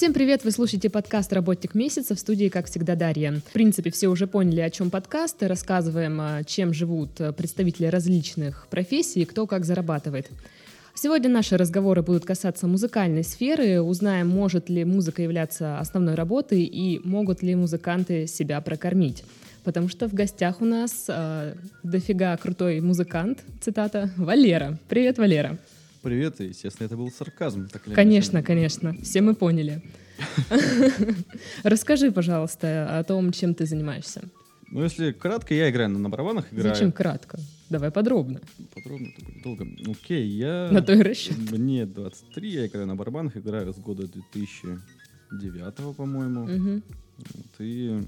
Всем привет! Вы слушаете подкаст «Работник месяца», в студии, как всегда, Дарья. В принципе, все уже поняли, о чем подкаст. Рассказываем, чем живут представители различных профессий и кто как зарабатывает. Сегодня наши разговоры будут касаться музыкальной сферы. Узнаем, может ли музыка являться основной работой и могут ли музыканты себя прокормить. Потому что в гостях у нас дофига крутой музыкант, цитата, Валера. Привет, Валера. Привет, и, естественно, это был сарказм. Конечно, все мы поняли. Расскажи, пожалуйста, о том, чем ты занимаешься. Ну, если кратко, я играю на барабанах. Зачем кратко? Давай подробно. Подробно, это будет долго. Окей, я... На то и расчет. Мне 23, я играю на барабанах, играю с года 2009, по-моему. Угу. Вот, и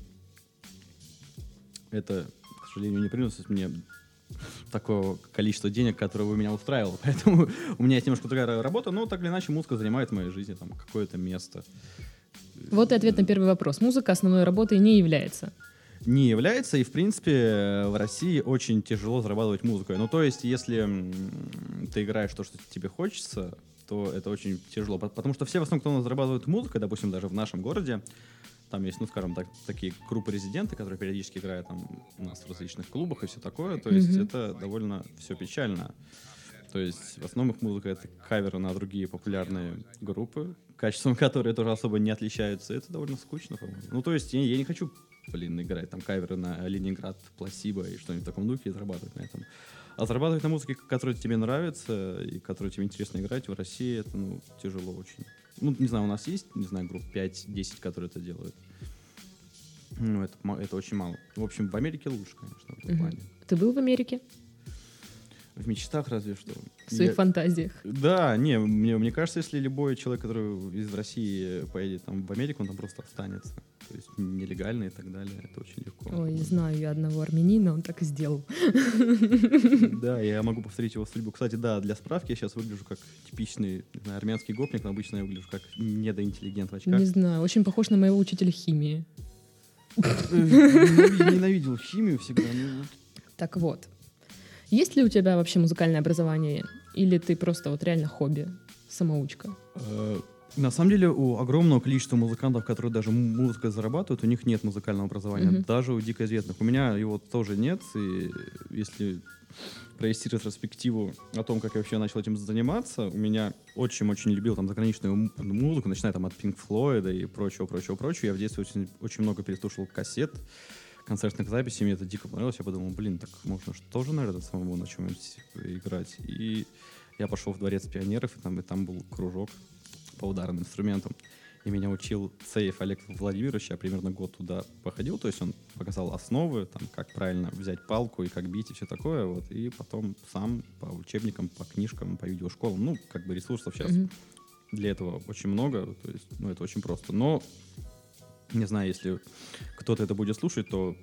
это, к сожалению, не приносит мне такого количества денег, которое бы меня устраивало. Поэтому у меня есть немножко другая работа, но так или иначе музыка занимает в моей жизни там какое-то место. Вот и ответ на первый вопрос. Музыка основной работой не является. Не является, и, в принципе, в России очень тяжело зарабатывать музыкой. Ну, то есть, если ты играешь то, что тебе хочется, то это очень тяжело. Потому что все, в основном, кто у нас зарабатывает музыкой, допустим, даже в нашем городе, там есть, ну, скажем так, такие группы-резиденты, которые периодически играют там у нас в различных клубах и все такое. То есть это довольно все печально. То есть в основном их музыка — это каверы на другие популярные группы, качеством которые тоже особо не отличаются. Это довольно скучно, по-моему. Ну, то есть я не хочу, играть там каверы на Ленинград, Пласибо и что-нибудь в таком духе и зарабатывать на этом. А зарабатывать на музыке, которая тебе нравится и которую тебе интересно играть в России, это, ну, тяжело очень. Ну, не знаю, у нас есть, не знаю, групп 5-10, которые это делают. Ну, это очень мало. В общем, в Америке лучше, конечно, в этом плане. Ты был в Америке? В мечтах разве что. В своих фантазиях? Да, мне кажется, если любой человек, который из России поедет там в Америку, он там просто останется. То есть нелегально и так далее. Это очень легко. Ой, знаю я одного армянина, он так и сделал. Да, я могу повторить его судьбу. Кстати, да, для справки я сейчас выгляжу как типичный, не знаю, армянский гопник, но обычно я выгляжу как недоинтеллигент в очках. Не знаю, очень похож на моего учителя химии. Ненавидел химию всегда. Так вот. Есть ли у тебя вообще музыкальное образование? Или ты просто вот реально хобби, самоучка? На самом деле у огромного количества музыкантов, которые даже музыкой зарабатывают, у них нет музыкального образования. Даже у дико известных. У меня его тоже нет. И если провести ретроспективу о том, как я вообще начал этим заниматься, у меня очень любил там заграничную музыку, начиная там от Pink Floyd и прочего. Я в детстве очень много переслушивал кассет, концертных записей, мне это дико понравилось. Я подумал, так можно тоже, наверное, самому на чем-нибудь играть. И я пошел в Дворец пионеров, и там был кружок по ударным инструментам. И меня учил Цеев Олег Владимирович. Я примерно год туда походил, то есть он показал основы, там, как правильно взять палку и как бить и все такое. Вот. И потом сам по учебникам, по книжкам, по видеошколам. Ну, как бы ресурсов сейчас для этого очень много. То есть, ну, это очень просто. Но не знаю, если кто-то это будет слушать, то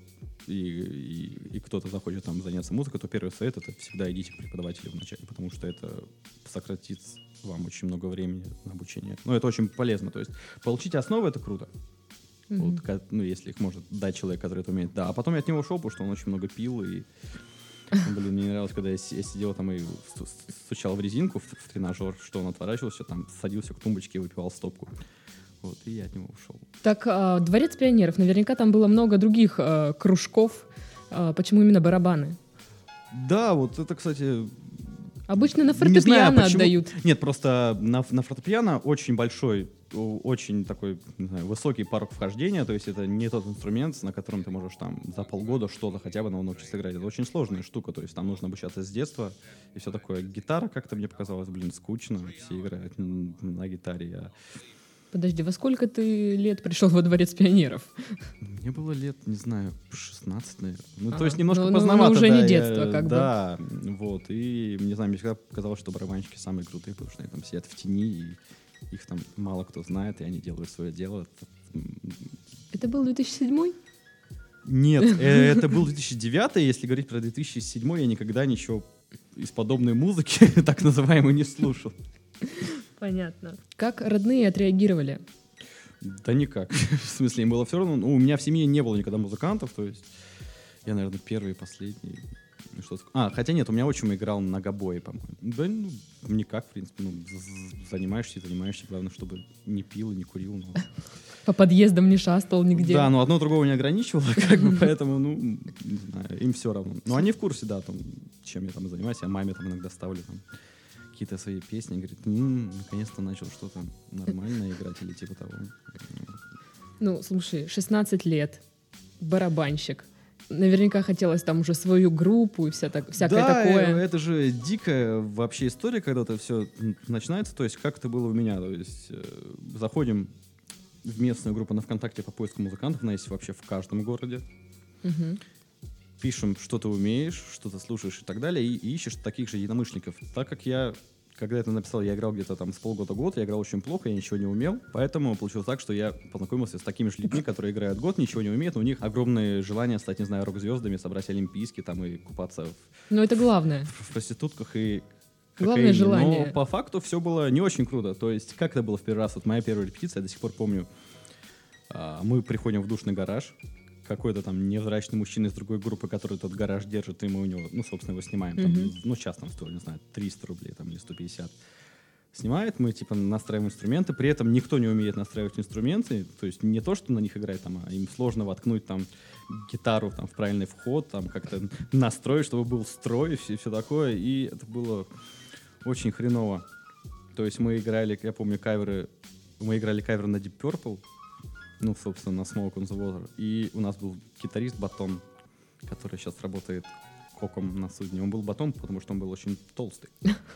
и кто-то захочет там заняться музыкой, то первый совет — это всегда идите к преподавателю вначале, потому что это сократит вам очень много времени на обучение. Но это очень полезно. То есть получить основы — это круто. Вот, ну, если их может дать человек, который это умеет. Да, а потом я от него ушел, потому что он очень много пил, и мне не нравилось, когда я сидел там и стучал в резинку в тренажер, что он отворачивался, там садился к тумбочке и выпивал стопку. Вот, и я от него ушел. Так, Дворец пионеров. Наверняка там было много других кружков. Почему именно барабаны? Да, вот это, кстати... Обычно на фортепиано отдают. Нет, просто на фортепиано очень большой, очень такой, не знаю, высокий порог вхождения. То есть это не тот инструмент, на котором ты можешь там за полгода что-то хотя бы научиться играть. Это очень сложная штука. То есть там нужно обучаться с детства и все такое. Гитара, как-то мне показалось, скучно. Все играют на гитаре. Подожди, во сколько ты лет пришел во Дворец пионеров? Мне было лет, не знаю, 16, наверное. Ну, то есть немножко поздновато. Ну, уже не детство, как бы. Да, вот. И, не знаю, мне всегда казалось, что барабанщики самые крутые, потому что они там сидят в тени, и их там мало кто знает, и они делают свое дело. Это был 2007? Нет, это был 2009. Если говорить про 2007, я никогда ничего из подобной музыки, так называемой, не слушал. Понятно. Как родные отреагировали? Да никак. В смысле, им было все равно. Ну, у меня в семье не было никогда музыкантов, то есть я, наверное, первый и последний. Хотя нет, у меня отчим играл на гобое, по-моему. Да, ну, никак, в принципе. Ну, занимаешься, главное, чтобы не пил и не курил. Ну. По подъездам не шастал нигде. Да, но одно другого не ограничивало, как бы, поэтому, ну, не знаю, им все равно. Но они в курсе, да, там, чем я там занимаюсь. Я маме там иногда ставлю там какие-то свои песни. Говорит, наконец-то начал что-то нормальное играть или типа того. Ну, слушай, 16 лет, барабанщик. Наверняка хотелось там уже свою группу и всякое такое. Да, это же дикая вообще история, когда это все начинается. То есть, как это было у меня. То есть, заходим в местную группу на ВКонтакте по поиску музыкантов. Она есть вообще в каждом городе. Угу. Пишем, что ты умеешь, что ты слушаешь и так далее. И ищешь таких же единомышленников. Так как я, когда это написал, я играл где-то там с полгода-год, я играл очень плохо, я ничего не умел. Поэтому получилось так, что я познакомился с такими же людьми, которые играют год, ничего не умеют, но у них огромное желание стать, не знаю, рок-звездами, собрать олимпийские там и купаться Ну, это главное. в проститутках и Главное кокаине. желание. Но по факту все было не очень круто. То есть, как это было в первый раз? Вот моя первая репетиция, я до сих пор помню. Мы приходим в душный гараж. Какой-то там невзрачный мужчина из другой группы, который этот гараж держит, и мы у него, ну, собственно, его снимаем. Там, ну, сейчас там стоит, не знаю, 300 рублей там, или 150. Снимает, мы, типа, настраиваем инструменты. При этом никто не умеет настраивать инструменты. То есть не то, что на них играть, там, а им сложно воткнуть там гитару там, в правильный вход, там, как-то настроить, чтобы был строй и все такое. И это было очень хреново. То есть мы играли, я помню, каверы на Deep Purple, ну, собственно, на Smoke on the Water. И у нас был гитарист Батон, который сейчас работает коком на судне. Он был Батон, потому что он был очень толстый.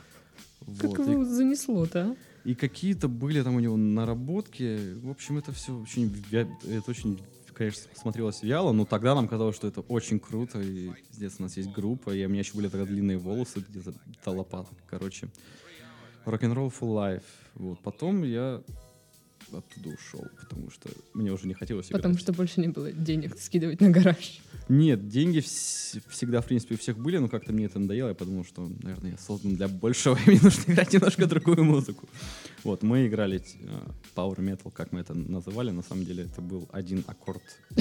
Как его занесло-то, а? И какие-то были там у него наработки. В общем, это все очень, конечно, смотрелось вяло, но тогда нам казалось, что это очень круто. И здесь у нас есть группа, и у меня еще были тогда длинные волосы, где-то до лопаток. Короче, rock'n'roll for life. Вот. Потом я оттуда ушел, потому что мне уже не хотелось играть. Потому что больше не было денег скидывать на гараж. Нет, деньги всегда, в принципе, у всех были, но как-то мне это надоело. Я подумал, что, наверное, я создан для большего, и мне нужно играть немножко другую музыку. Вот, мы играли Power Metal, как мы это называли. На самом деле это был один аккорд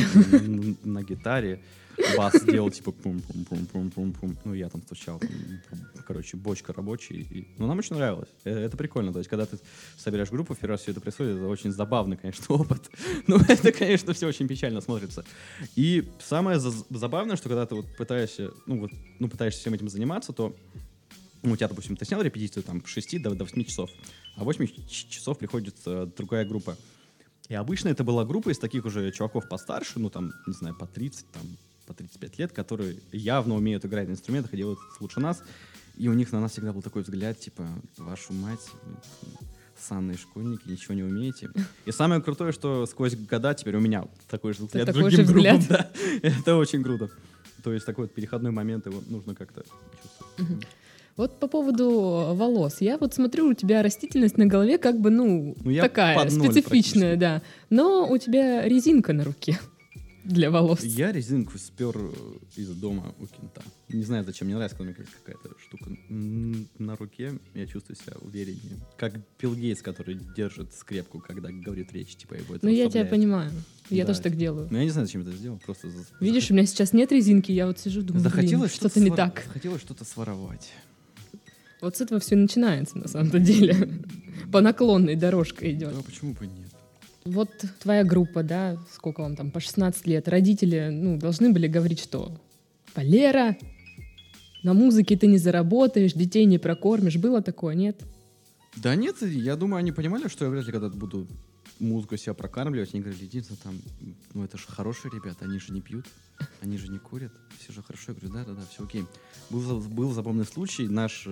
на гитаре. Бас делал типа пум-пум-пум-пум-пум-пум. Ну, я там стучал. Короче, бочка рабочая. Но нам очень нравилось. Это прикольно. То есть, когда ты собираешь группу, в первый раз все это происходит, это очень забавный, конечно, опыт. Но это, конечно, все очень печально смотрится. И самое забавное, что когда ты вот пытаешься всем этим заниматься, то у тебя, допустим, ты снял репетицию там с 6 до 8 часов, а в 8 часов приходит другая группа. И обычно это была группа из таких уже чуваков постарше, ну там, не знаю, по 30, там, по 35 лет, которые явно умеют играть на инструментах и делают это лучше нас. И у них на нас всегда был такой взгляд, типа, вашу мать, ссаные школьники, ничего не умеете. И самое крутое, что сквозь года теперь у меня такой же взгляд другим группам. Да, это очень круто. То есть такой вот переходной момент, его нужно как-то чувствовать. Вот по поводу волос. Я вот смотрю, у тебя растительность на голове как бы, такая специфичная, да. Но у тебя резинка на руке для волос. Я резинку спер из дома у кента. Не знаю, зачем. Мне нравится, когда у меня есть какая-то штука на руке. Я чувствую себя увереннее. Как Билл Гейтс, который держит скрепку, когда говорит речь. Типа его это я тебя понимаю. Я тоже так делаю. Но я не знаю, зачем это сделал. Просто видишь, у меня сейчас нет резинки, я вот сижу, думаю, что-то не так. Хотелось что-то своровать. Вот с этого все начинается, на самом-то деле. По наклонной дорожке идет. Да, почему бы нет? Вот твоя группа, да, сколько вам там, по 16 лет, родители, должны были говорить, что Валера, на музыке ты не заработаешь, детей не прокормишь. Было такое, нет? Да нет, я думаю, они понимали, что я вряд ли когда-то буду музыку себя прокармливать. Они говорили, единственное, там, это же хорошие ребята, они же не пьют, они же не курят, все же хорошо. Я говорю, да, все окей. Был забавный случай, наш,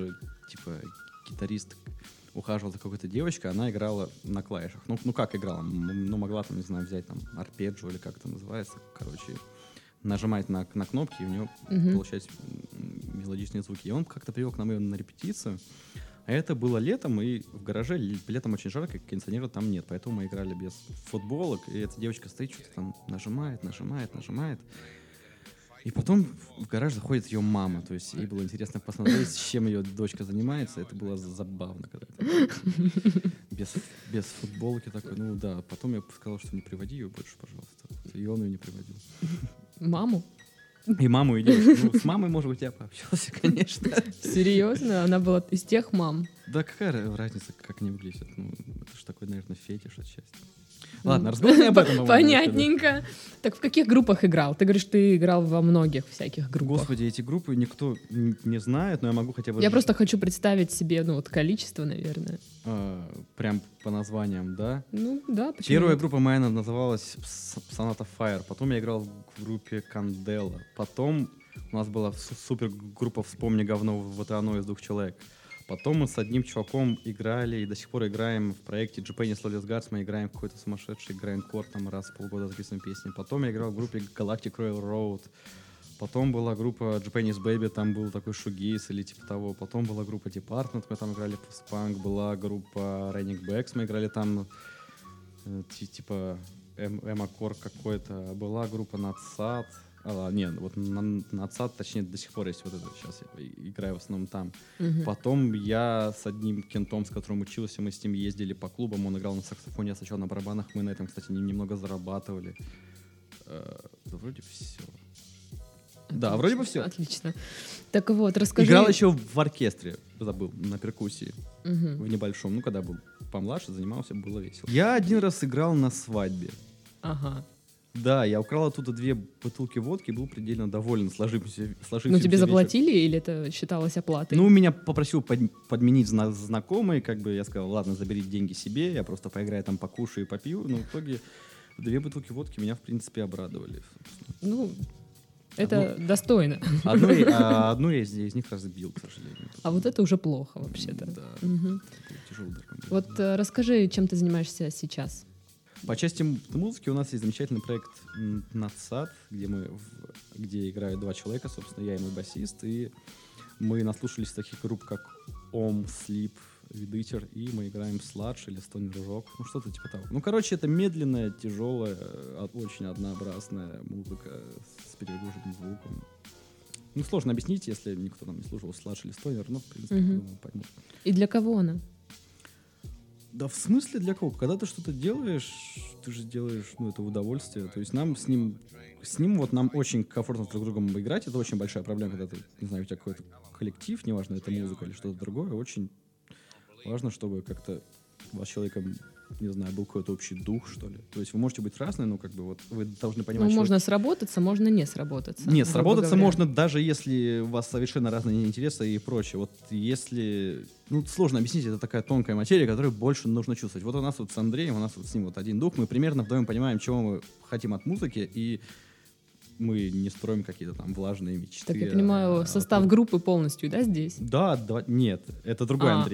гитарист ухаживал за какой-то девочкой, она играла на клавишах. Ну как играла? Могла там, не знаю, взять там арпеджио или как это называется, короче, нажимать на кнопки, и у нее получались мелодичные звуки. И он как-то привел к нам ее на репетицию. А это было летом, и в гараже летом очень жарко, кондиционера там нет. Поэтому мы играли без футболок, и эта девочка стоит, что-то там нажимает. И потом в гараж заходит ее мама. То есть ей было интересно посмотреть, с чем ее дочка занимается. Это было забавно. Без футболки такой. Ну да, потом я сказал, что не приводи ее больше, пожалуйста. И он ее не приводил. Маму? И маму, и девушку. Ну, с мамой, может быть, я пообщался, конечно. Серьезно? Она была из тех мам? Да какая разница, как они выглядят? Ну, это же такой, наверное, фетиш отчасти. Ладно, разговор не об этом. Понятненько. Так в каких группах играл? Ты говоришь, ты играл во многих всяких группах. Господи, эти группы никто не знает, но я могу хотя бы... Я просто хочу представить себе, ну, вот количество, наверное. Прям по названиям, да? Ну, да, почему? Первая группа моя называлась Sonata Fire. Потом я играл в группе Candela. Потом у нас была супер группа «Вспомни говно» вот оно из 2 человек. Потом мы с одним чуваком играли и до сих пор играем в проекте Japanese Lawless Guards. Мы играем в какой-то сумасшедший грайндкор, там раз в полгода записываем песни. Потом я играл в группе Galactic Railroad. Потом была группа Japanese Baby, там был такой шугейс или типа того. Потом была группа Department, мы там играли постпанк. Была группа Raining Backs, мы играли там типа эмо-кор какой-то. Была группа Nadsat. Нет, вот Nadsat, точнее, до сих пор есть вот это. Сейчас я играю в основном там. Потом я с одним кентом, с которым учился, мы с ним ездили по клубам. Он играл на саксофоне, я сначала на барабанах. Мы на этом, кстати, немного зарабатывали. Да вроде все. Да, вроде бы все. Отлично. Так вот, расскажи... Играл еще в оркестре, забыл, на перкуссии. В небольшом. Ну, когда был помладше, занимался, было весело. Я один раз играл на свадьбе. Ага. Да, я украл оттуда 2 бутылки водки и был предельно доволен сложившимся Ну, тебе заплатили или это считалось оплатой? Ну, меня попросил подменить знакомый, как бы я сказал, ладно, забери деньги себе, я просто поиграю там, покушаю и попью. Но в итоге 2 бутылки водки меня, в принципе, обрадовали. Ну... Это достойно. Одну я из них разбил, к сожалению. А вот это уже плохо вообще-то. Да, тяжелый удар. Вот расскажи, чем ты занимаешься сейчас? По части музыки у нас есть замечательный проект Nadsat, где играют 2 человека, собственно, я и мой басист, и мы наслушались таких групп, как Om, Sleep, Видытер, и мы играем Sludge или Stoner Rock, ну что-то типа того. Ну, короче, это медленная, тяжелая, очень однообразная музыка с перегруженным звуком. Ну, сложно объяснить, если никто там не слушал Sludge или Stoner, но, в принципе, думаю, поймут. И для кого она? Да в смысле для кого? Когда ты что-то делаешь, ты же делаешь, ну, это в удовольствие. То есть нам с ним вот нам очень комфортно друг с другом играть. Это очень большая проблема, когда ты, не знаю, у тебя какой-то коллектив, неважно, это музыка или что-то другое, очень важно, чтобы как-то у вас с человеком, не знаю, был какой-то общий дух, что ли. То есть вы можете быть разные, но как бы вот вы должны понимать, ну, можно сработаться, можно не сработаться. Нет, сработаться можно, даже если у вас совершенно разные интересы и прочее. Вот если... Ну, сложно объяснить, это такая тонкая материя, которую больше нужно чувствовать. Вот у нас вот с Андреем, у нас вот с ним вот один дух, мы примерно вдвоем понимаем, чего мы хотим от музыки, и мы не строим какие-то там влажные мечты. Так я понимаю, состав группы полностью, да, здесь? Да, нет, это другой Андрей.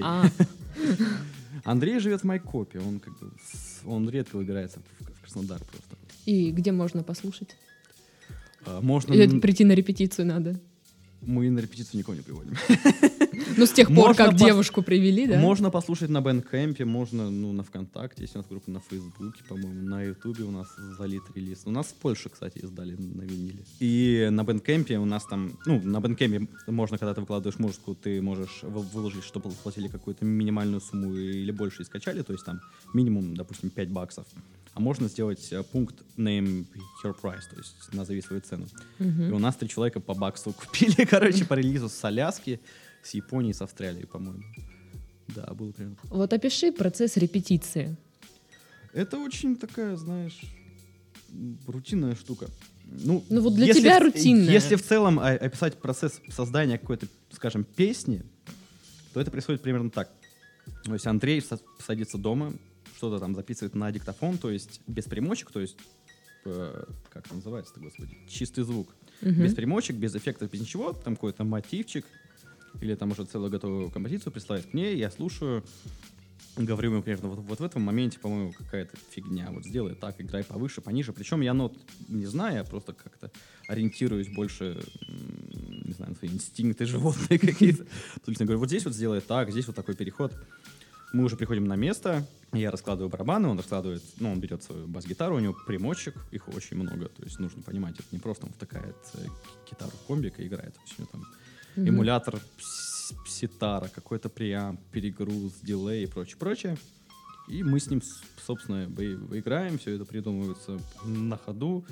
Андрей живет в Майкопе, он как бы он редко выбирается в Краснодар просто. И где можно послушать? Можно... Или прийти на репетицию надо? Мы на репетицию никого не приводим. Ну, с тех пор, как девушку привели, да? Можно послушать на Bandcamp'е, можно, ну, на ВКонтакте, есть у нас группа на Фейсбуке, по-моему, на Ютубе у нас залит релиз. У нас в Польше, кстати, издали на виниле. И на Bandcamp'е у нас там, ну, на Bandcamp'е можно, когда ты выкладываешь музыку, ты можешь выложить, что платили какую-то минимальную сумму или больше и скачали, то есть там минимум, допустим, $5. А можно сделать пункт name your price, то есть назови свою цену. И у нас 3 человека по $1 купили, короче, по релизу с Аляски, с Японии, с Австралии, по-моему. Да, было примерно. Вот опиши процесс репетиции. Это очень такая, знаешь, рутинная штука. Ну вот для тебя рутинная. Если в целом описать процесс создания какой-то, скажем, песни, то это происходит примерно так. То есть Андрей садится дома, что-то там записывает на диктофон, то есть без примочек, то есть, как это называется-то, господи, чистый звук. Без примочек, без эффектов, без ничего, там какой-то мотивчик, или там уже целую готовую композицию присылает мне, я слушаю, говорю ему примерно, вот в этом моменте, по-моему, какая-то фигня, вот сделай так, играй повыше, пониже, причем я нот не знаю, я просто как-то ориентируюсь больше, не знаю, на свои инстинкты животные какие-то. То есть я говорю, вот здесь вот сделай так, здесь вот такой переход. Мы уже приходим на место, я раскладываю барабаны, он раскладывает, ну, он берет свою бас-гитару, у него примочек, их очень много, то есть нужно понимать, это не просто он втыкает гитару в комбик и играет, то есть у него там эмулятор, ситара, какой-то преамп, перегруз, дилей и прочее. И мы с ним, собственно, играем, все это придумывается на ходу.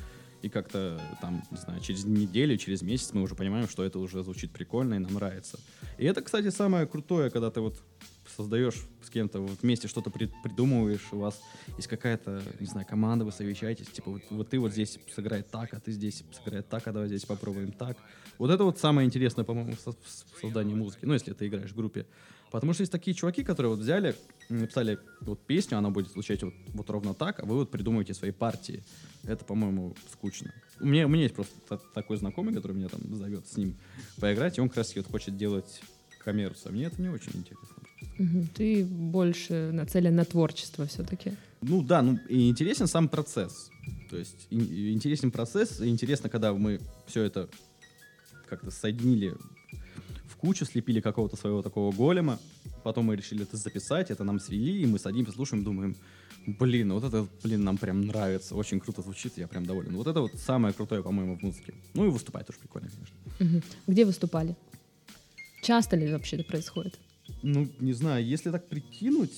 И как-то там, не знаю, через неделю, через месяц мы уже понимаем, что это уже звучит прикольно и нам нравится. И это, кстати, самое крутое, когда ты вот создаешь с кем-то вот вместе что-то придумываешь, у вас есть какая-то, не знаю, команда, вы совещаетесь, типа вот ты вот здесь сыграй так, а ты здесь сыграй так, а давай здесь попробуем так. Вот это вот самое интересное, по-моему, в создании музыки, ну, если ты играешь в группе. Потому что есть такие чуваки, которые вот взяли, написали вот песню, она будет звучать вот ровно так, а вы вот придумаете свои партии. Это, по-моему, скучно. У меня есть просто такой знакомый, который меня там зовет с ним поиграть, и он как раз вот хочет делать коммерцию. Мне это не очень интересно. Ты больше нацелен на творчество все-таки. Ну да, и интересен сам процесс. То есть интересен процесс, и интересно, когда мы все это как-то соединили в кучу, слепили какого-то своего такого голема, потом мы решили это записать, это нам свели, и мы садимся, слушаем, думаем, вот это, нам прям нравится, очень круто звучит, я прям доволен. Вот это вот самое крутое, по-моему, в музыке. Ну и выступать тоже прикольно, конечно. Где выступали? Часто ли вообще это происходит? Ну, не знаю, если так прикинуть,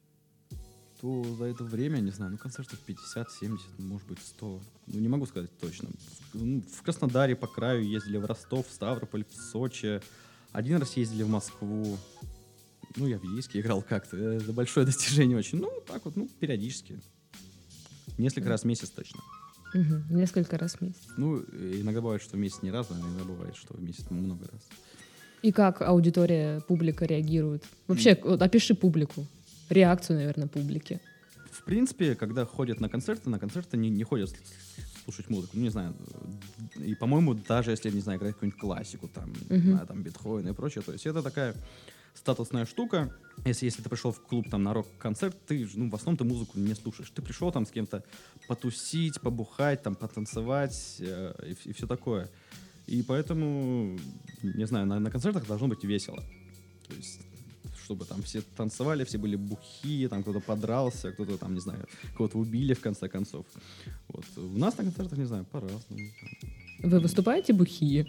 то за это время, не знаю, концертов 50, 70, может быть, 100. Ну, не могу сказать точно. В Краснодаре по краю ездили, в Ростов, в Ставрополь, в Сочи. Один раз ездили в Москву. Ну, я в Ейске играл как-то. Это большое достижение очень. Ну, так вот, периодически. Несколько раз в месяц точно. Несколько раз в месяц. Ну, иногда бывает, что в месяц не раз, а иногда бывает, что в месяц много раз. И как аудитория, публика реагирует? Вообще, опиши публику. Реакцию, наверное, публики. В принципе, когда ходят на концерты не ходят слушать музыку. Ну, не знаю. И, по-моему, даже если, не знаю, играть какую-нибудь классику, там, там Бетховена и прочее, то есть это такая статусная штука. Если ты пришел в клуб там, на рок-концерт, ты, в основном ты музыку не слушаешь. Ты пришел там с кем-то потусить, побухать, там, потанцевать и все такое. И поэтому, не знаю, на концертах должно быть весело. То есть, чтобы там все танцевали, все были бухие, там кто-то подрался, кто-то там, не знаю, кого-то убили в конце концов. Вот. У нас на концертах, не знаю, по-разному. Вы выступаете бухие?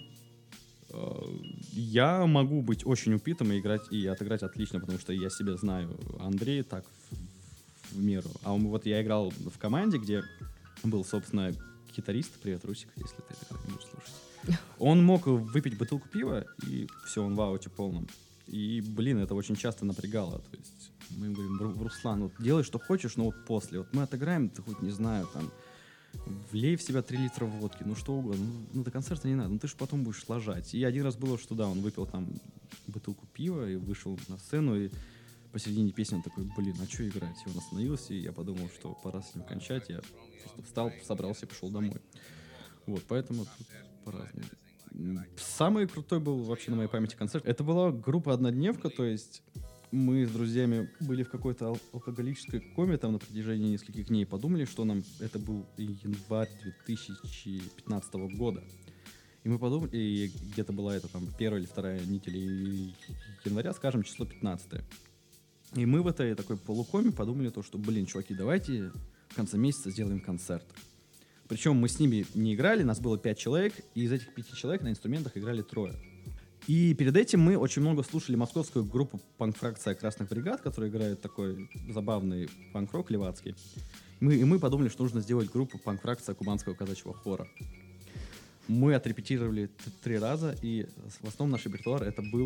Я могу быть очень упитым и отыграть отлично, потому что я себя знаю. Андрей так в меру. А вот я играл в команде, где был, собственно, гитарист. Привет, Русик, если ты это будешь слушать. Он мог выпить бутылку пива, и все, он в ауте полном. И, это очень часто напрягало. То есть мы ему говорим, Руслан, вот делай, что хочешь, но вот после. Вот мы отыграем, ты хоть, не знаю, там, влей в себя 3 литра водки, что угодно. До концерта не надо, ты же потом будешь ложать. И один раз было, что да, он выпил там бутылку пива и вышел на сцену, и посередине песни он такой, а что играть? И он остановился, и я подумал, что пора с ним кончать. Я просто встал, собрался и пошел домой. Вот, поэтому тут по-разному. Самый крутой был вообще на моей памяти концерт. Это была группа «Однодневка», то есть мы с друзьями были в какой-то алкоголической коме там на протяжении нескольких дней. Подумали, что это был январь 2015 года. И мы подумали, и где-то была это там 1 или 2 неделя января, скажем, число 15. И мы в этой такой полукоме подумали то, что, чуваки, давайте в конце месяца сделаем концерт. Причем мы с ними не играли, нас было 5 человек, и из этих 5 человек на инструментах играли 3. И перед этим мы очень много слушали московскую группу панк-фракция «Красных бригад», которая играет такой забавный панк-рок левацкий. И мы подумали, что нужно сделать группу панк-фракция кубанского казачьего хора. Мы отрепетировали 3 раза, и в основном наш репертуар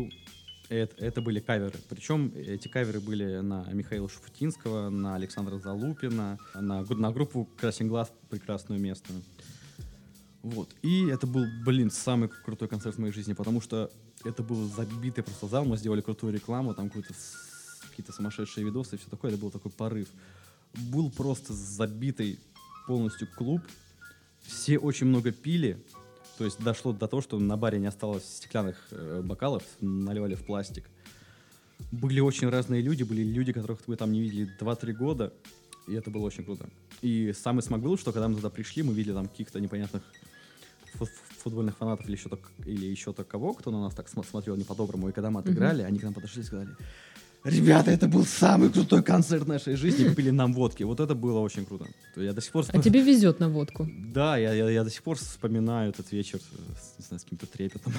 это были каверы. Причем эти каверы были на Михаила Шуфутинского, на Александра Залупина, на группу «Красин глаз» прекрасную местную. Вот. И это был, самый крутой концерт в моей жизни, потому что это был забитый просто зал, мы сделали крутую рекламу, там какие-то сумасшедшие видосы и все такое, это был такой порыв. Был просто забитый полностью клуб, все очень много пили. То есть дошло до того, что на баре не осталось стеклянных бокалов, наливали в пластик. Были очень разные люди, были люди, которых вы там не видели 2-3 года, и это было очень круто. И самый смак был, что когда мы туда пришли, мы видели там каких-то непонятных футбольных фанатов или еще кого, кто на нас так смотрел не по-доброму. И когда мы отыграли, они к нам подошли и сказали: ребята, это был самый крутой концерт нашей жизни, купили нам водки. Вот это было очень круто. Я до сих пор... А тебе везет на водку. Да, я до сих пор вспоминаю этот вечер с каким-то трепетом.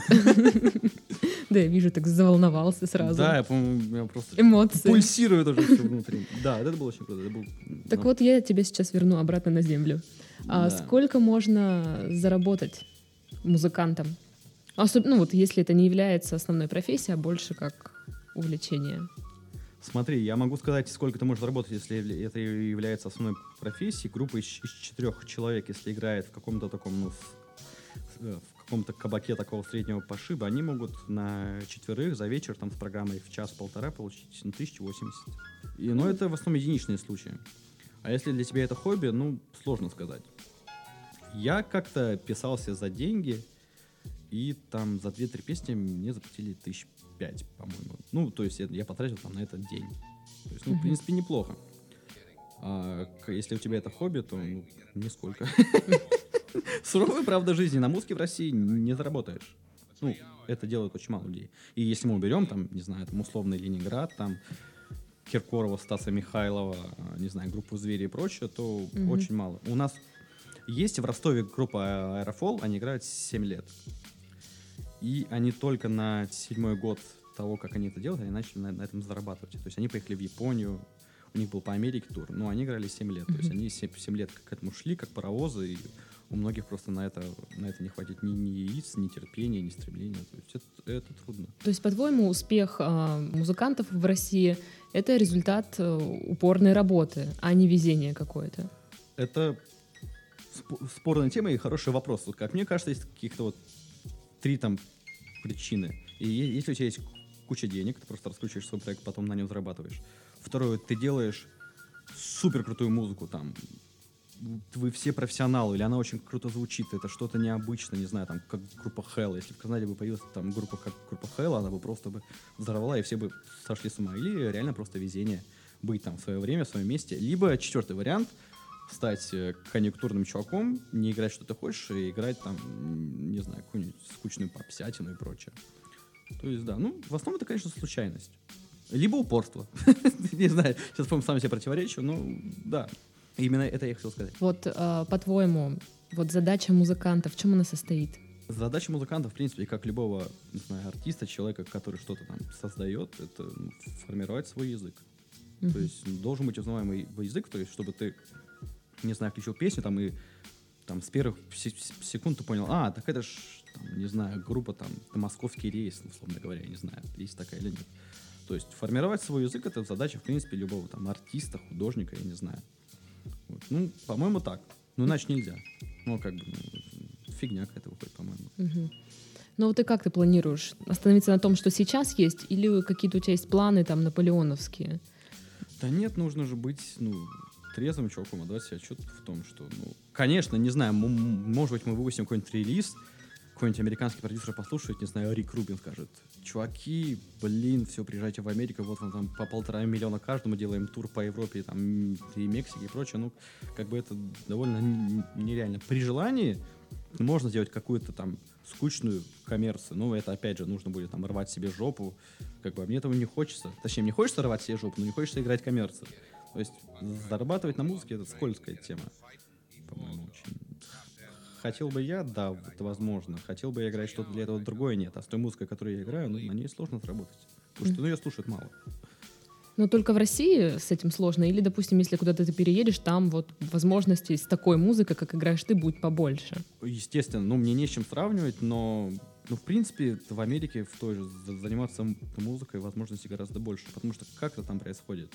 Да, я вижу, так заволновался сразу. Да, я, по-моему, у меня просто эмоции. Пульсирует уже все внутри. Да, это было очень круто. Так вот, я тебя сейчас верну обратно на землю. А сколько можно заработать музыкантам? Особенно, вот если это не является основной профессией, а больше как увлечение. Смотри, я могу сказать, сколько ты можешь заработать, если это является основной профессией. Группа из 4 человек, если играет в каком-то таком, в каком-то кабаке такого среднего пошиба, они могут на 4 за вечер там с программой в час-полтора получить 1080. Но это в основном единичные случаи. А если для тебя это хобби, сложно сказать. Я как-то писался за деньги, и там за 2-3 песни мне заплатили 5, по-моему. То есть я потратил там на этот день. То есть, в принципе, неплохо. А если у тебя это хобби, то нисколько. Суровая правда жизни. На музыке в России не заработаешь. Это делают очень мало людей. И если мы уберем, там, не знаю, там условный Ленинград, там Киркорова, Стаса Михайлова, не знаю, группу «Звери» и прочее, то очень мало. У нас есть в Ростове группа «Аэрофол», они играют 7 лет. И они только на 7-й год того, как они это делают, они начали на этом зарабатывать. То есть они поехали в Японию, у них был по Америке тур, но они играли 7 лет. То есть они 7 лет к этому шли, как паровозы, и у многих просто на это не хватит ни яиц, ни терпения, ни стремления. То есть это трудно. То есть, по-твоему, успех музыкантов в России — это результат упорной работы, а не везение какое-то? Это спорная тема и хороший вопрос. Как мне кажется, есть каких-то 3 там причины. И если у тебя есть куча денег, ты просто раскручиваешь свой проект, потом на нем зарабатываешь. Второе, ты делаешь супер крутую музыку, там, вы все профессионалы, или она очень круто звучит, это что-то необычное, не знаю, там, как группа Hell. Если в Краснодаре бы появилась там группа, как группа Hell, она бы просто взорвала, и все бы сошли с ума. Или реально просто везение быть там в свое время, в своем месте. Либо 4-й вариант — стать конъюнктурным чуваком, не играть, что ты хочешь, и играть там, не знаю, какую-нибудь скучную попсятину и прочее. То есть, да, в основном это, конечно, случайность. Либо упорство. Не знаю, сейчас, по-моему, сам себе противоречу, но да, именно это я хотел сказать. По-твоему, задача музыканта, в чем она состоит? Задача музыканта, в принципе, как любого, не знаю, артиста, человека, который что-то там создает, это формировать свой язык. То есть должен быть узнаваемый язык, то есть чтобы ты, не знаю, включил песню там и там с первых секунд ты понял, так это ж, там, не знаю, группа там «Московский рейс», условно говоря, я не знаю, есть такая или нет. То есть формировать свой язык — это задача, в принципе, любого там артиста, художника, я не знаю. По-моему, так. Иначе нельзя. Фигня какая-то выходит, по-моему. Ты планируешь? Остановиться на том, что сейчас есть, или какие-то у тебя есть планы там наполеоновские? Да нет, нужно же быть, трезвым чуваком, отдавать себе отчет в том, что, конечно, не знаю, может быть, мы выпустим какой-нибудь релиз, какой-нибудь американский продюсер послушает, не знаю, Рик Рубин скажет: чуваки, все, приезжайте в Америку, вот вам там по 1,5 миллиона каждому, делаем тур по Европе, там, и Мексике и прочее. Это довольно нереально. При желании можно сделать какую-то там скучную коммерцию, это, опять же, нужно будет там рвать себе жопу, мне этого не хочется. Точнее, мне хочется рвать себе жопу, но не хочется играть коммерцию. То есть зарабатывать на музыке — это скользкая тема, по-моему, очень. Хотел бы я, да, это возможно. Хотел бы я играть что-то для этого другое, нет. А с той музыкой, которую я играю, на ней сложно заработать. Потому что ее слушают мало. Но только в России с этим сложно? Или, допустим, если куда-то ты переедешь, там возможностей с такой музыкой, как играешь ты, будет побольше? Естественно, мне не с чем сравнивать, но в принципе, в Америке в той же заниматься музыкой возможностей гораздо больше. Потому что как это там происходит?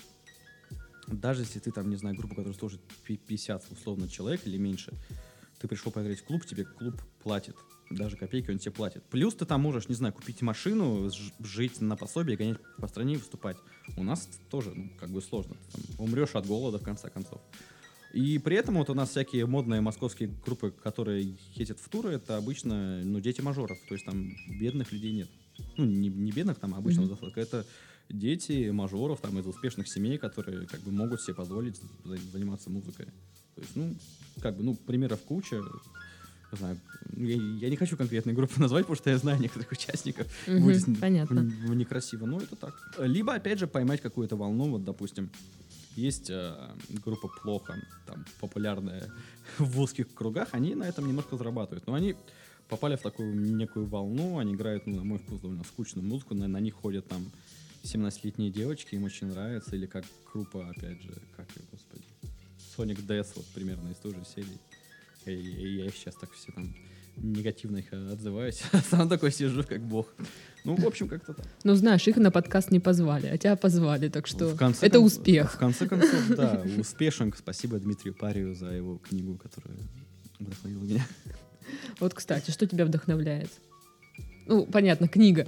Даже если ты там, не знаю, группа, которая служит 50 условно человек или меньше, ты пришел поиграть в клуб, тебе клуб платит. Даже копейки он тебе платит. Плюс ты там можешь, не знаю, купить машину, жить на пособие, гонять по стране и выступать. У нас тоже, сложно. Ты там умрешь от голода, в конце концов. И при этом у нас всякие модные московские группы, которые ездят в туры, это обычно, дети мажоров. То есть там бедных людей нет. Не бедных там, а обычного достатка. Это дети мажоров там из успешных семей, которые могут себе позволить заниматься музыкой. То есть, примеров куча. Не знаю, я не хочу конкретные группы назвать, потому что я знаю некоторых участников. Будет понятно. Некрасиво, но это так. Либо, опять же, поймать какую-то волну. Допустим, есть группа «Плохо», там, популярная в узких кругах, они на этом немножко зарабатывают. Но они попали в такую некую волну, они играют, на мой вкус, довольно скучную музыку, на них ходят там 17-летние девочки, им очень нравится, или как группа, опять же, Sonic Death, примерно из той же серии. Я сейчас так все там негативно их отзываюсь. Сам такой сижу, как бог. Ну, в общем, как-то так. Ну, знаешь, их на подкаст не позвали, а тебя позвали, так что это успех. В конце концов, да, успешен. Спасибо Дмитрию Парию за его книгу, которая вдохновила меня. Вот, кстати, что тебя вдохновляет? Ну, понятно, книга.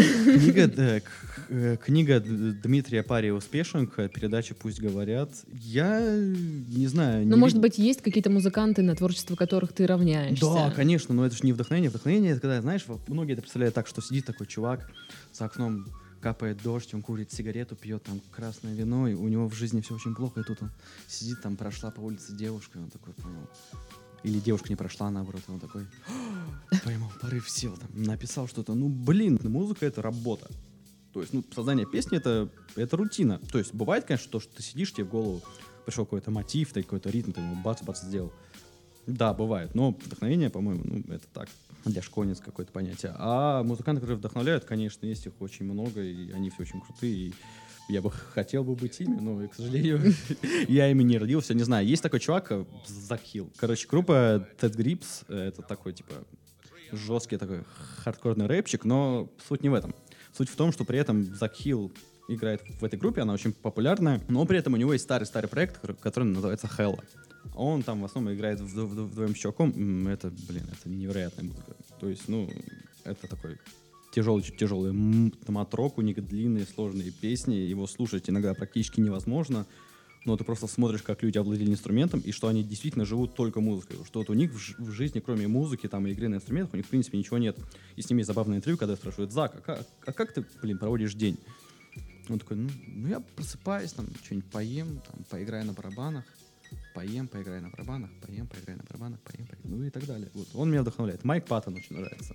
Книга Дмитрия Пария «Успешенка», передача «Пусть говорят». Я не знаю. Ну, может быть, есть какие-то музыканты, на творчество которых ты равняешься? Да, конечно, но это же не вдохновение. Вдохновение — это когда, знаешь, многие это представляют так, что сидит такой чувак, за окном капает дождь, он курит сигарету, пьет там красное вино, и у него в жизни все очень плохо, и тут он сидит там, прошла по улице девушка, и он такой понял. Или девушка не прошла, наоборот, и он такой поймал порыв сил, там, написал что-то. Ну, блин, музыка — это работа. То есть, ну, создание песни — это рутина. То есть, бывает, конечно, то, что ты сидишь, тебе в голову пришел какой-то мотив, какой-то ритм, ты его бац-бац сделал. Да, бывает, но вдохновение, по-моему, ну, это так, для школьниц какое-то понятие. А музыканты, которые вдохновляют, конечно, есть их очень много, и они все очень крутые, и я бы хотел бы быть ими, но, к сожалению, я ими не родился. Не знаю, есть такой чувак, Зак Хилл. Короче, группа Ted Grips, это такой, типа, жесткий такой хардкорный рэпчик, но суть не в этом. Суть в том, что при этом Зак Хилл играет в этой группе, она очень популярная, но при этом у него есть старый проект, который называется Hella. Он там в основном играет вдвоем с чуваком. Это невероятная музыка. То есть, ну, это такой тяжелый матрок, у них длинные, сложные песни, его слушать иногда практически невозможно, но ты просто смотришь, как люди овладели инструментом, и что они действительно живут только музыкой, что вот у них в жизни, кроме музыки там, и игры на инструментах, у них, в принципе, ничего нет. И с ними есть забавное интервью, когда спрашивают: Зак, а как ты, проводишь день? Он такой: ну я просыпаюсь, там, что-нибудь поем, там, поиграю на барабанах, поиграю на барабанах, поиграю на барабанах, ну и так далее. Вот. Он меня вдохновляет. Майк Паттон очень нравится.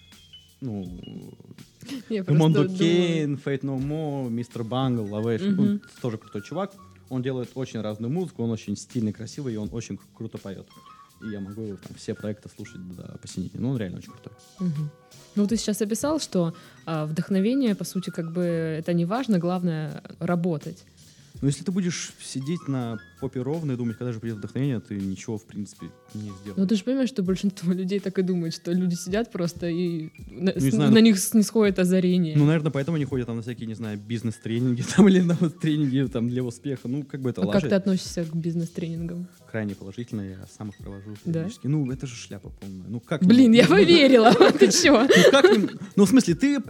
Ну, Монду Кейн, Фейт No More, Мистер Бангл, Лавэш. Он тоже крутой чувак. Он делает очень разную музыку, он очень стильный, красивый, и он очень круто поет. И я могу там все проекты слушать до посинения. Ну, он реально очень крутой. Ну, ты сейчас описал, что вдохновение, по сути, как бы это не важно, главное — работать. Но если ты будешь сидеть на попе ровно и думать, когда же придет вдохновение, ты ничего, в принципе, не сделаешь. Ну, ты же понимаешь, что большинство людей так и думают, что люди сидят просто и на них снисходит озарение. Ну, наверное, поэтому они ходят там на всякие, не знаю, бизнес-тренинги там, или на тренинги там, для успеха. Ну, как бы это как ты относишься к бизнес-тренингам? Крайне положительно, я сам их провожу да? периодически. Ну, это же шляпа полная. Ну, как? Блин, я поверила, ты чё? Ну, в смысле, ты...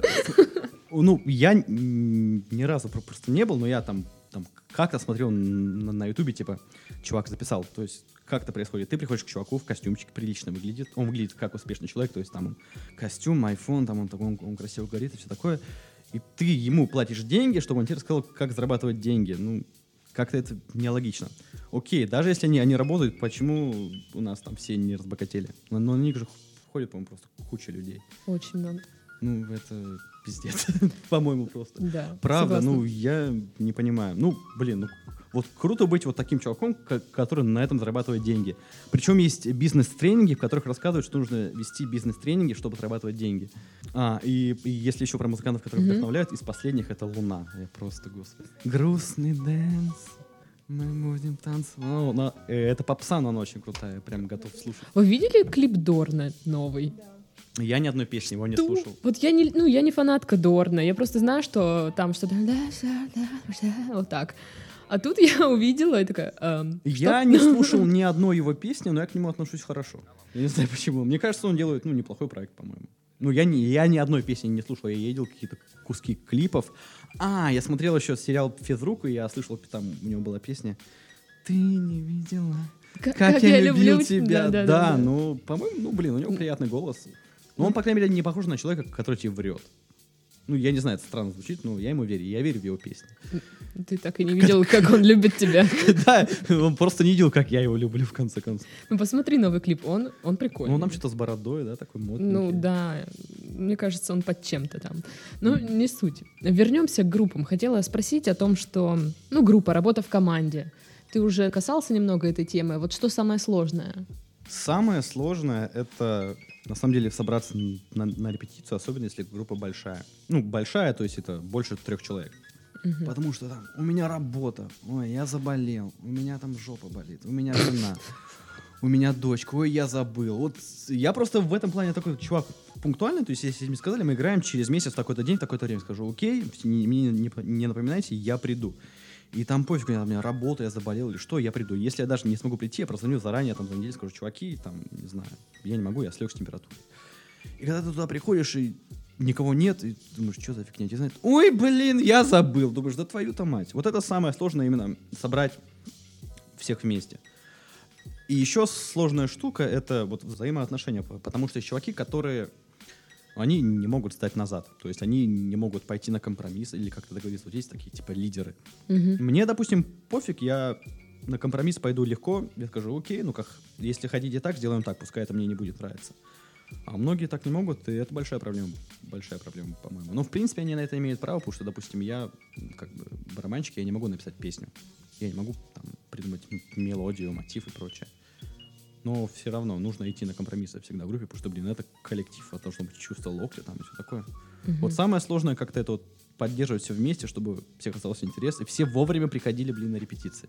Ну, я ни разу просто не был, но я там как-то смотрел на Ютубе, типа, чувак записал, то есть как это происходит. Ты приходишь к чуваку в костюмчик, прилично выглядит, он выглядит как успешный человек, то есть там он костюм, айфон, там он красиво говорит и все такое, и ты ему платишь деньги, чтобы он тебе рассказал, как зарабатывать деньги. Ну, как-то это нелогично. Окей, даже если они работают, почему у нас там все не разбогатели? Но на них же ходит, по-моему, просто куча людей. Очень много. Ну, это пиздец, по-моему, просто. Да, правда, согласна. Ну, я не понимаю. Ну, блин, вот круто быть вот таким чуваком, который на этом зарабатывает деньги. Причем есть бизнес-тренинги, в которых рассказывают, что нужно вести бизнес-тренинги, чтобы зарабатывать деньги. И если еще про музыкантов, которые вдохновляют, из последних это «Луна». Я просто, господи. Грустный дэнс. Мы будем танцевать. Это попса, но она очень крутая. Прям готов слушать. Вы видели клип Дорна новый? Я ни одной песни его не слушал. Вот я не фанатка Дорна. Я просто знаю, что там что-то вот так. А тут я увидела и такая... Я не слушал ни одной его песни, но я к нему отношусь хорошо. Я не знаю почему. Мне кажется, он делает неплохой проект, по-моему. Ну, я ни одной песни не слушал. Я видел какие-то куски клипов. Я смотрел еще сериал «Физрук», и я слышал, там у него была песня «Ты не видела, как я любил тебя». Да, ну, по-моему, у него приятный голос. Но он, по крайней мере, не похож на человека, который тебе врет. Ну, я не знаю, это странно звучит, но я ему верю. Я верю в его песни. Ты так и не видел, как он любит тебя. Да, он просто не видел, как я его люблю, в конце концов. Ну, посмотри новый клип, он прикольный. Ну, он там что-то с бородой, да, такой модный. Ну, да, мне кажется, он под чем-то там. Ну, не суть. Вернемся к группам. Хотела спросить о том, что, группа, работа в команде. Ты уже касался немного этой темы. Вот что самое сложное? Самое сложное — это, на самом деле, собраться на репетицию, особенно если группа большая. Ну, большая, то есть это больше 3 человек. Потому что там у меня работа, ой, я заболел, у меня там жопа болит, у меня жена, у меня дочка, ой, я забыл. Вот я просто в этом плане такой чувак пунктуальный, то есть если мне сказали, мы играем через месяц в такой-то день, в такое-то время, скажу, окей, мне не напоминайте, я приду. И там пофиг, у меня работа, я заболел или что, я приду. Если я даже не смогу прийти, я прозвоню заранее, там, за неделю, скажу, чуваки, там, не знаю, я не могу, я слег с температурой. И когда ты туда приходишь, и никого нет, и думаешь, что за фигня, тебе знают, ой, блин, я забыл. Думаешь, да твою-то мать. Вот это самое сложное именно, собрать всех вместе. И еще сложная штука — это вот взаимоотношения, потому что есть чуваки, которые, они не могут стать назад, то есть они не могут пойти на компромисс или как-то договориться. Вот есть такие типа лидеры. Мне, допустим, пофиг, я на компромисс пойду легко, я скажу, окей, ну как, если хотите так, сделаем так, пускай это мне не будет нравиться. А многие так не могут, и это большая проблема, по-моему. Но, в принципе, они на это имеют право, потому что, допустим, я, как бы, барабанщик, я не могу написать песню. Я не могу там придумать мелодию, мотив и прочее. Но все равно нужно идти на компромиссы всегда в группе, потому что, блин, это коллектив, это должно быть чувство локтя там и все такое. Вот самое сложное как-то это вот поддерживать все вместе, чтобы всех остался интерес, и все вовремя приходили, блин, на репетиции.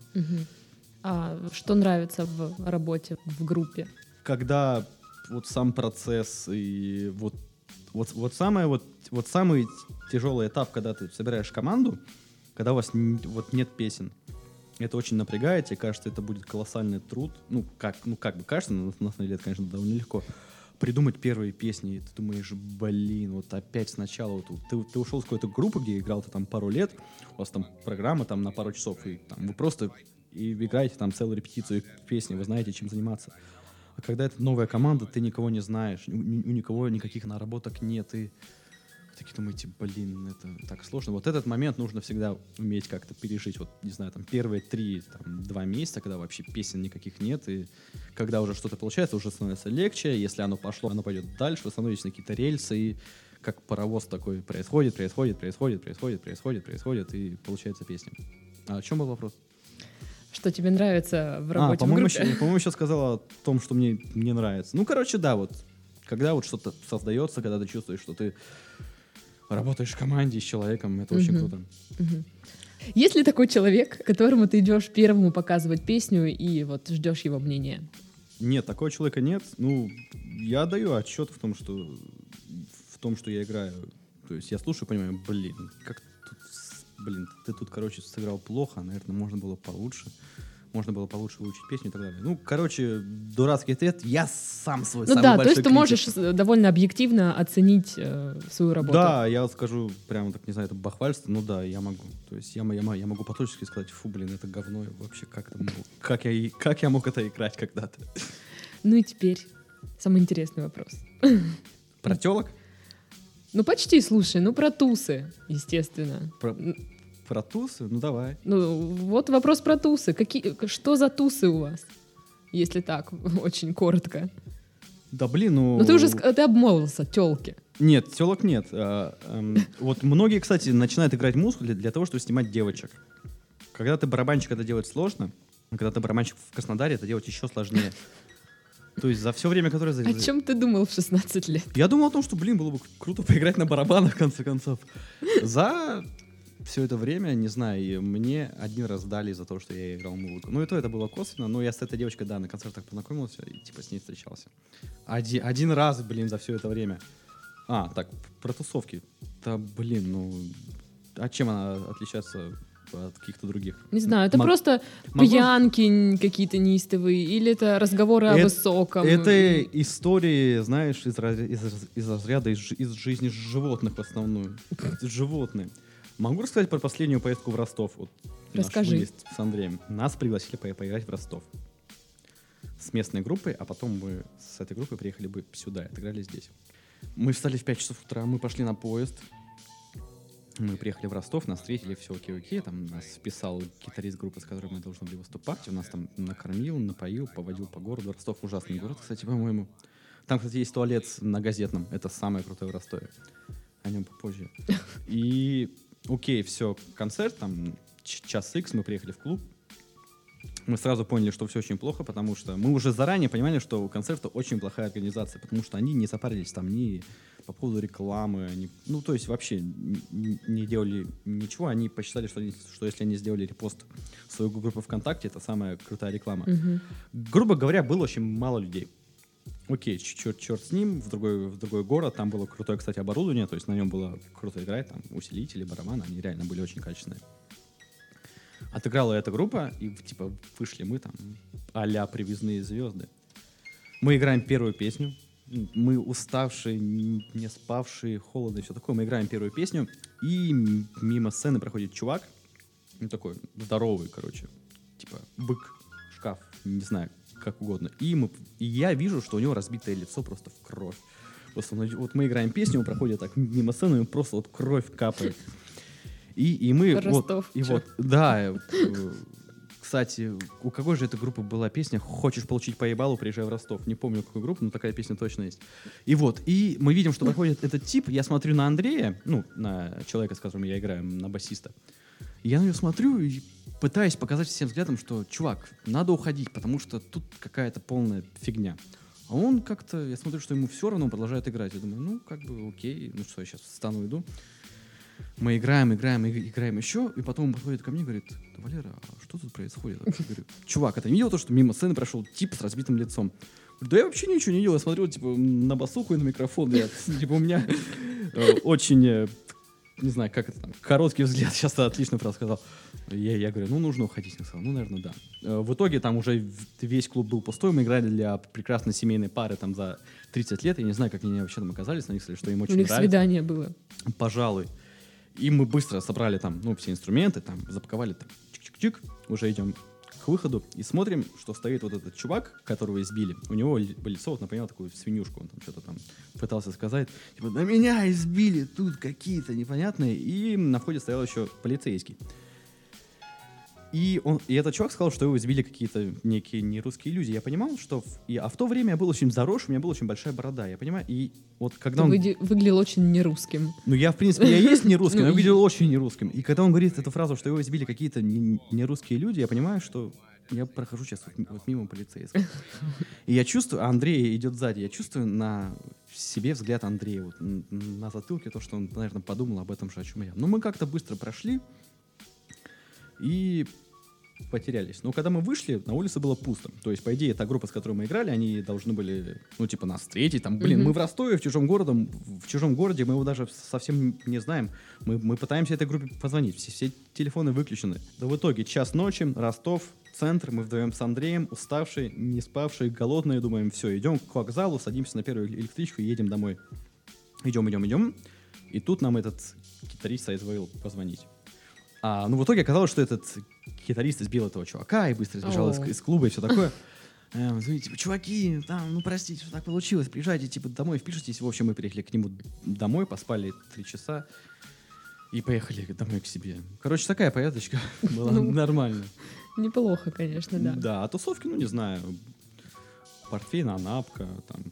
А что нравится в работе, в группе? Когда вот сам процесс и вот самый тяжелый этап, когда ты собираешь команду, когда у вас вот нет песен. Это очень напрягает, тебе кажется, это будет колоссальный труд. Ну, как бы кажется, но на самом деле это, конечно, довольно легко. Придумать первые песни, и ты думаешь, блин, вот опять сначала. Вот, ты ушел с какой-то группы, где играл ты там пару лет, у вас там программа там на пару часов, и там вы просто и играете там целую репетицию песни, вы знаете, чем заниматься. А когда это новая команда, ты никого не знаешь, у никого никаких наработок нет, и такие думаете, блин, это так сложно. Вот этот момент нужно всегда уметь как-то пережить. Вот, не знаю, там первые 2 месяца, когда вообще песен никаких нет, и когда уже что-то получается, уже становится легче. Если оно пошло, оно пойдет дальше, вы становитесь на какие-то рельсы, и как паровоз такой происходит, и получается песня. А о чем был вопрос? Что тебе нравится в работе в группе? По-моему, сейчас сказала о том, что мне не нравится. Ну, короче, да, вот. Когда вот что-то создается, когда ты чувствуешь, что ты работаешь в команде с человеком, это очень круто. Есть ли такой человек, которому ты идешь первому показывать песню и вот ждешь его мнения? Нет, такого человека нет. Ну, я даю отчет в том, что я играю. То есть я слушаю, понимаю, ты тут, короче, сыграл плохо, наверное, можно было получше выучить песню и так далее. Ну, короче, дурацкий ответ, я сам свой самый большой критик. Ну да, то есть ты можешь довольно объективно оценить свою работу. Да, я вот скажу прямо так, не знаю, это бахвальство, ну да, я могу. То есть я могу по-точски сказать, фу, блин, это говно, вообще как я мог это играть когда-то? Ну и теперь самый интересный вопрос. Про тёлок? Ну почти, слушай, про тусы, естественно. Про тусы? Ну, давай. Ну, вот вопрос про тусы. Что за тусы у вас? Если так, очень коротко. Да, блин, Ну, ты обмолвился, тёлки. Нет, тёлок нет. Вот многие, кстати, начинают играть музыку для того, чтобы снимать девочек. Когда ты барабанщик, это делать сложно. А когда ты барабанщик в Краснодаре, это делать еще сложнее. То есть за все время, которое... О чем ты думал в 16 лет? Я думал о том, что, блин, было бы круто поиграть на барабанах, в конце концов. За все это время, не знаю, и мне один раз дали за то, что я играл музыку. Ну, и то это было косвенно, но я с этой девочкой, да, на концертах познакомился и, типа, с ней встречался. Один раз, блин, за все это время. Так, про тусовки. Да, блин, ну... А чем она отличается от каких-то других? Не знаю, это просто пьянки какие-то неистовые, или это разговоры о высоком? Это истории, знаешь, из разряда из жизни животных в основном. Животные. Могу рассказать про последнюю поездку в Ростов. Вот, расскажи. С Андреем. Нас пригласили поиграть в Ростов. С местной группой, а потом мы с этой группой приехали бы сюда, отыграли здесь. Мы встали в 5 часов утра, мы пошли на поезд. Мы приехали в Ростов, нас встретили, все окей. Там нас вписал гитарист группы, с которой мы должны были выступать. Он нас там накормил, напоил, поводил по городу. Ростов ужасный город, кстати, по-моему. Там, кстати, есть туалет на Газетном. Это самое крутое в Ростове. О нем попозже. И окей, все, концерт, там, час икс, мы приехали в клуб. Мы сразу поняли, что все очень плохо, потому что мы уже заранее понимали, что у концерта очень плохая организация, потому что они не запарились там ни по по поводу рекламы. Они, ну, то есть вообще не делали ничего. Они посчитали, что если они сделали репост в свою группу ВКонтакте, это самая крутая реклама. Грубо говоря, было очень мало людей. Окей, черт с ним, в другой город, там было крутое, кстати, оборудование, то есть на нем было круто играть, там усилители, барабаны, они реально были очень качественные. Отыграла эта группа, и типа вышли мы там а-ля привезные звезды. Мы играем первую песню, мы уставшие, не спавшие, холодно и все такое, мы играем первую песню, и мимо сцены проходит чувак, ну такой здоровый, короче, типа бык, шкаф, не знаю, как угодно. И я вижу, что у него разбитое лицо просто в кровь. Просто, вот мы играем песню, он проходит так мимо сцены, и просто вот кровь капает. И мы... Ростов. Да. Кстати, у какой же этой группы была песня «Хочешь получить по ебалу, приезжай в Ростов». Не помню, какую группу, но такая песня точно есть. И мы видим, что проходит этот тип. Я смотрю на Андрея, ну, на человека, с которым я играю, на басиста. Я на него смотрю и пытаюсь показать всем взглядом, что, чувак, надо уходить, потому что тут какая-то полная фигня. А он как-то, я смотрю, что ему все равно, он продолжает играть. Я думаю, ну, как бы, окей, ну что, я сейчас встану и иду. Мы играем еще, и потом он подходит ко мне и говорит: да, Валера, а что тут происходит? Я говорю: чувак, а ты не видел то, что мимо сцены прошел тип с разбитым лицом? Да я вообще ничего не делал, я смотрел, типа, на басуху и на микрофон. Типа, у меня очень... Не знаю, как это там, короткий взгляд, сейчас ты отлично рассказал. Я говорю, ну, нужно уходить. Я сказал, ну, наверное, да. В итоге там уже весь клуб был пустой, мы играли для прекрасной семейной пары там за 30 лет. Я не знаю, как они вообще там оказались, на них сказали, что им очень нравится. У них свидание было. Пожалуй. И мы быстро собрали там, ну, все инструменты, там, запаковали, там, чик-чик-чик, уже идем к выходу и смотрим, что стоит вот этот чувак, которого избили. У него лицо вот напоминало такую свинюшку, он там что-то там пытался сказать, типа, да меня избили тут какие-то непонятные, и на входе стоял еще полицейский. И этот чувак сказал, что его избили какие-то некие нерусские люди. Я понимал, что... А в то время я был очень заросший, у меня была очень большая борода, я понимаю, и вот когда он... Выглядел очень нерусским. Ну, я, в принципе, я есть не русский, но я выглядел очень нерусским. И когда он говорит эту фразу, что его избили какие-то нерусские люди, я понимаю, что я прохожу сейчас вот мимо полицейского. И я чувствую, а Андрей идет сзади, я чувствую на себе взгляд Андрея, вот на затылке то, что он, наверное, подумал об этом же, о чем я. Но мы как-то быстро прошли и потерялись. Но когда мы вышли, на улице было пусто. То есть, по идее, та группа, с которой мы играли, они должны были, ну, типа, нас встретить. Там, мы в Ростове, в чужом городе, мы его даже совсем не знаем. Мы пытаемся этой группе позвонить. Все телефоны выключены. Да в итоге час ночи, Ростов, центр, мы вдвоем с Андреем, уставшие, не спавшие, голодные, думаем, все, идем к вокзалу, садимся на первую электричку и едем домой. Идем. И тут нам этот гитарист соизволил позвонить. Ну, в итоге оказалось, что этот гитарист избил этого чувака и быстро сбежал из клуба и все такое. Типа, чуваки, там, ну, простите, что так получилось, приезжайте, типа, домой, впишитесь. В общем, мы приехали к нему домой, поспали 3 часа и поехали домой к себе. Короче, такая поездочка была нормально. Неплохо, конечно, да. Да, а тусовки, ну, не знаю, портфейн, анапка, там,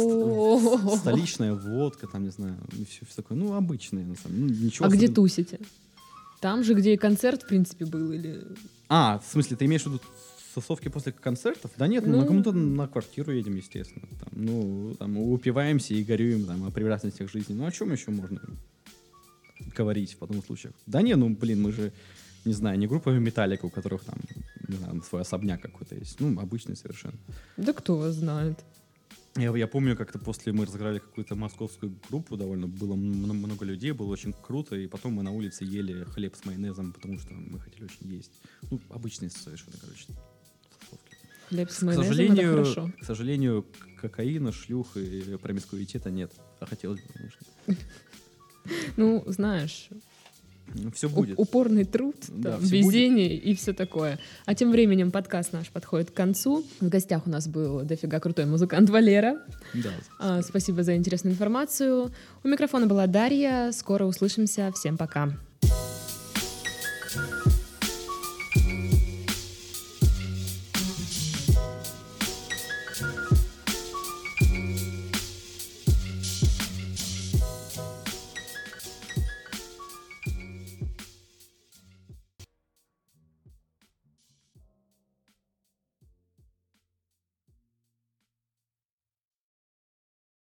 столичная водка, там, не знаю, все такое, ну, обычные, на самом деле, ничего. А где тусите? Там же, где и концерт, в принципе, был, или... В смысле, ты имеешь в виду тусовки после концертов? Да нет, мы кому-то на квартиру едем, естественно. Там упиваемся и горюем там, о превратностях жизни. Ну, о чем еще можно говорить в подобных случаях? Да не, мы же, не знаю, не группа Металлика, у которых там, не знаю, свой особняк какой-то есть. Ну, обычный совершенно. Да кто вас знает. Я помню, как-то после мы разыграли какую-то московскую группу, довольно было много людей, было очень круто, и потом мы на улице ели хлеб с майонезом, потому что мы хотели очень есть. Ну, обычные совершенно, короче, тусовки. Хлеб с майонезом — это хорошо. К сожалению, кокаина, шлюх и промискуитета нет. А хотелось бы, конечно. Ну, знаешь... Все будет. Упорный труд, да, везение и все такое. А тем временем подкаст наш подходит к концу. В гостях у нас был дофига крутой музыкант Валера. Да. Спасибо за интересную информацию. У микрофона была Дарья. Скоро услышимся. Всем пока.